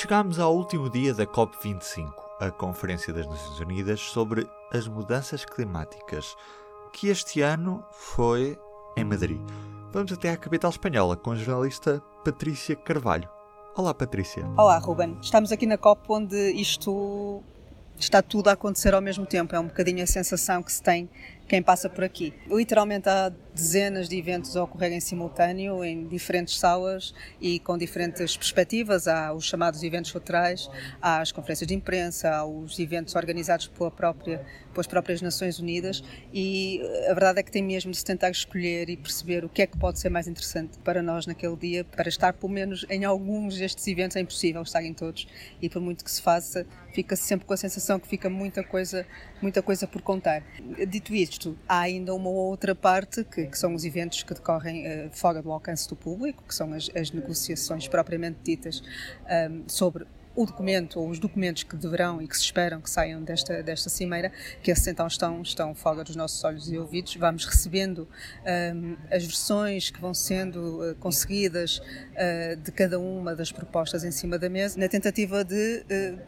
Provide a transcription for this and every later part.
Chegámos ao último dia da COP25, a Conferência das Nações Unidas sobre as Mudanças Climáticas, que este ano foi em Madrid. Vamos até à capital espanhola com a jornalista Patrícia Carvalho. Olá, Patrícia. Olá, Ruben. Estamos aqui na COP onde isto está tudo a acontecer ao mesmo tempo. É um bocadinho a sensação que se tem quem passa por aqui. Literalmente há dezenas de eventos a ocorrer em simultâneo, em diferentes salas e com diferentes perspectivas. Há os chamados eventos laterais, há as conferências de imprensa, há os eventos organizados pelas próprias Nações Unidas, e a verdade é que tem mesmo de se tentar escolher e perceber o que é que pode ser mais interessante para nós naquele dia, para estar pelo menos em alguns destes eventos. É impossível estar em todos, e por muito que se faça, fica-se sempre com a sensação que fica muita coisa por contar. Dito isto, há ainda uma outra parte que são os eventos que decorrem fora do alcance do público, que são as negociações propriamente ditas sobre o documento ou os documentos que deverão e que se esperam que saiam desta cimeira, que esses então estão fora dos nossos olhos e ouvidos. Vamos recebendo as versões que vão sendo conseguidas de cada uma das propostas em cima da mesa, na tentativa de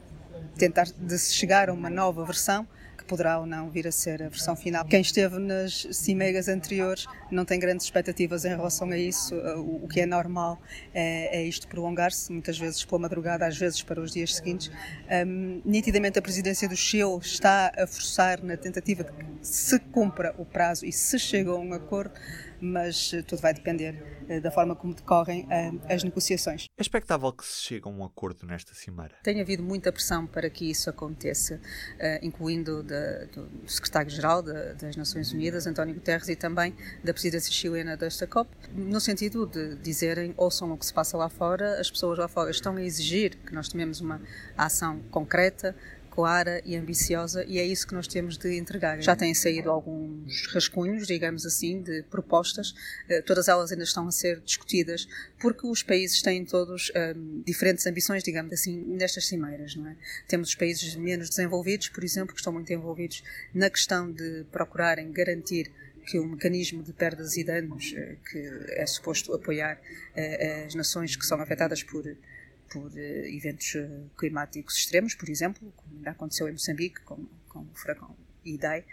se chegar a uma nova versão que poderá ou não vir a ser a versão final. Quem esteve nas cimeiras anteriores não tem grandes expectativas em relação a isso. O que é normal é isto prolongar-se, muitas vezes pela madrugada, às vezes para os dias seguintes. Nitidamente a presidência do Chile está a forçar na tentativa de que se cumpra o prazo e se chega a um acordo, mas tudo vai depender da forma como decorrem as negociações. É expectável que se chegue a um acordo nesta cimeira? Tem havido muita pressão para que isso aconteça, incluindo do secretário-geral das Nações Unidas, António Guterres, e também da presidência chilena desta COP, no sentido de dizerem: ouçam o que se passa lá fora, as pessoas lá fora estão a exigir que nós tomemos uma ação concreta, clara e ambiciosa, e é isso que nós temos de entregar. Já têm saído alguns rascunhos, digamos assim, de propostas. Todas elas ainda estão a ser discutidas, porque os países têm todos diferentes ambições, digamos assim, nestas cimeiras, não é? Temos os países menos desenvolvidos, por exemplo, que estão muito envolvidos na questão de procurarem garantir que o mecanismo de perdas e danos, que é suposto apoiar as nações que são afetadas por eventos climáticos extremos, por exemplo, como ainda aconteceu em Moçambique com o furacão Idai,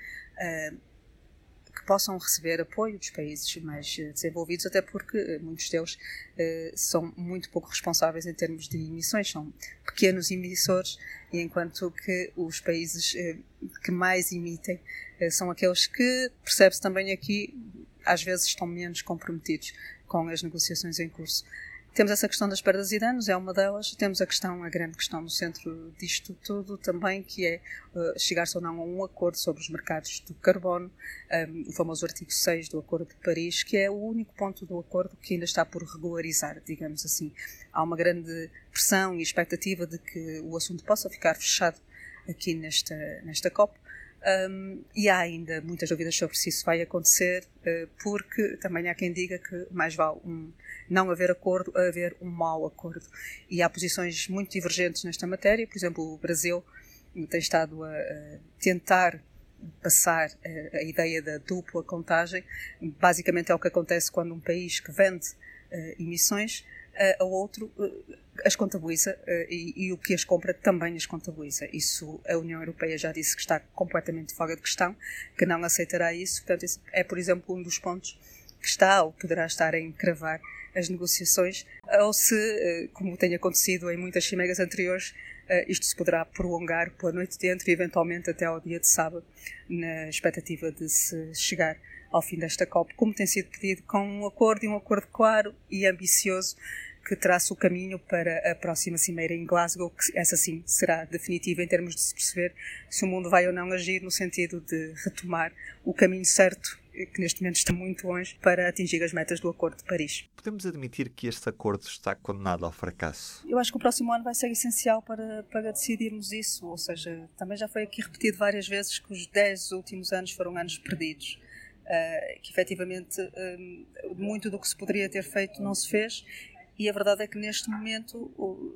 que possam receber apoio dos países mais desenvolvidos, até porque muitos deles são muito pouco responsáveis em termos de emissões, são pequenos emissores, e enquanto que os países que mais emitem são aqueles que, percebe-se também aqui, às vezes estão menos comprometidos com as negociações em curso. Temos essa questão das perdas e danos, é uma delas. Temos a grande questão no centro disto tudo também, que é chegar-se ou não a um acordo sobre os mercados do carbono, o famoso artigo 6 do Acordo de Paris, que é o único ponto do acordo que ainda está por regularizar, digamos assim. Há uma grande pressão e expectativa de que o assunto possa ficar fechado aqui nesta COP. E há ainda muitas dúvidas sobre se isso vai acontecer, porque também há quem diga que mais vale não haver acordo a haver um mau acordo. E há posições muito divergentes nesta matéria. Por exemplo, o Brasil tem estado a tentar passar a ideia da dupla contagem. Basicamente é o que acontece quando um país que vende emissões a outro as contabiliza, e o que as compra também as contabiliza. Isso a União Europeia já disse que está completamente fora de questão, que não aceitará isso. Portanto, isso é, por exemplo, um dos pontos que está ou poderá estar a encravar as negociações, ou se, como tem acontecido em muitas cimeiras anteriores, isto se poderá prolongar pela noite dentro e eventualmente até ao dia de sábado, na expectativa de se chegar ao fim desta COP, como tem sido pedido, com um acordo claro e ambicioso, que traça o caminho para a próxima cimeira em Glasgow, que essa sim será definitiva em termos de se perceber se o mundo vai ou não agir no sentido de retomar o caminho certo, que neste momento está muito longe, para atingir as metas do Acordo de Paris. Podemos admitir que este acordo está condenado ao fracasso? Eu acho que o próximo ano vai ser essencial para decidirmos isso, ou seja, também já foi aqui repetido várias vezes que os 10 últimos anos foram anos perdidos. Que efetivamente muito do que se poderia ter feito não se fez, e a verdade é que neste momento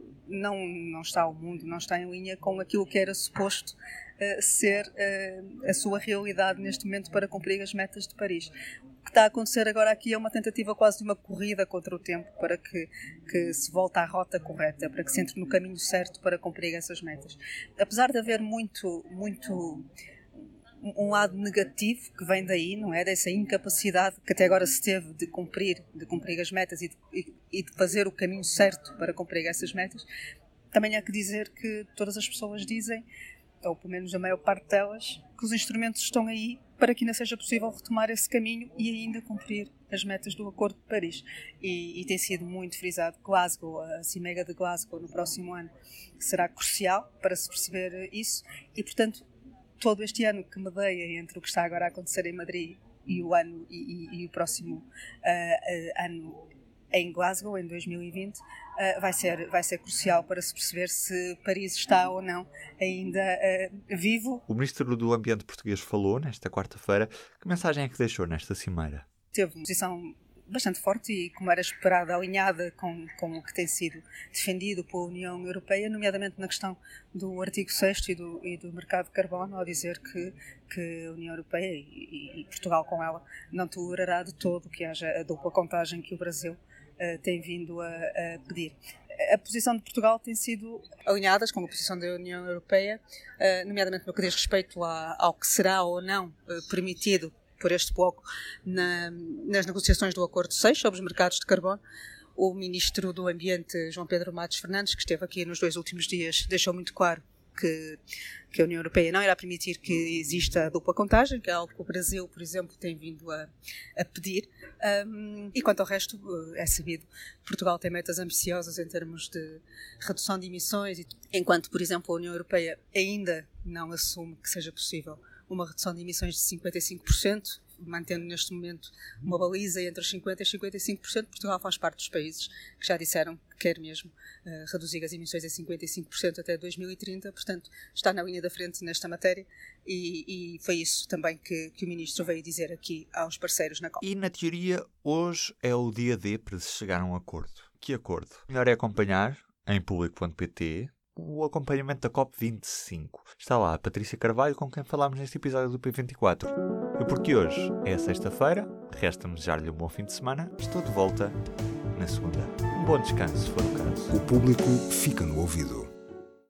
não está o mundo, não está em linha com aquilo que era suposto ser a sua realidade neste momento para cumprir as metas de Paris. que está a acontecer agora aqui é uma tentativa quase de uma corrida contra o tempo para que se volte à rota correta, para que se entre no caminho certo para cumprir essas metas. Apesar de haver muito um lado negativo que vem daí, não é? Dessa incapacidade que até agora se teve de cumprir as metas e de fazer o caminho certo para cumprir essas metas, também há que dizer que todas as pessoas dizem, ou pelo menos a maior parte delas, que os instrumentos estão aí para que ainda seja possível retomar esse caminho e ainda cumprir as metas do Acordo de Paris. E tem sido muito frisado Glasgow, a Cimeira de Glasgow no próximo ano será crucial para se perceber isso e, portanto, todo este ano que medeia entre o que está agora a acontecer em Madrid e o próximo ano em Glasgow, em 2020, vai ser crucial para se perceber se Paris está ou não ainda vivo. O Ministro do Ambiente português falou nesta quarta-feira. Que mensagem é que deixou nesta cimeira? Teve uma posição bastante forte e, como era esperado, alinhada com o que tem sido defendido pela União Europeia, nomeadamente na questão do artigo 6º e do mercado de carbono, ao dizer que a União Europeia e Portugal com ela não tolerará de todo que haja a dupla contagem que o Brasil tem vindo a pedir. A posição de Portugal tem sido alinhadas com a posição da União Europeia, nomeadamente no que diz respeito ao que será ou não permitido por este bloco nas negociações do Acordo 6 sobre os mercados de carbono. O Ministro do Ambiente, João Pedro Matos Fernandes, que esteve aqui nos 2 últimos dias, deixou muito claro que a União Europeia não irá permitir que exista a dupla contagem, que é algo que o Brasil, por exemplo, tem vindo a pedir. E quanto ao resto, é sabido, Portugal tem metas ambiciosas em termos de redução de emissões, enquanto, por exemplo, a União Europeia ainda não assume que seja possível uma redução de emissões de 55%, mantendo neste momento uma baliza entre os 50% e 55%. Portugal faz parte dos países que já disseram que quer mesmo reduzir as emissões em 55% até 2030, portanto está na linha da frente nesta matéria e foi isso também que o Ministro veio dizer aqui aos parceiros na COP. E na teoria hoje é o dia D para se chegar a um acordo. Que acordo? Melhor é acompanhar em público.pt o acompanhamento da COP25. Está lá a Patrícia Carvalho, com quem falámos neste episódio do P24. E porque hoje é sexta-feira, resta-me desejar-lhe um bom fim de semana. Estou de volta na segunda. Um bom descanso, se for o caso. O público fica no ouvido.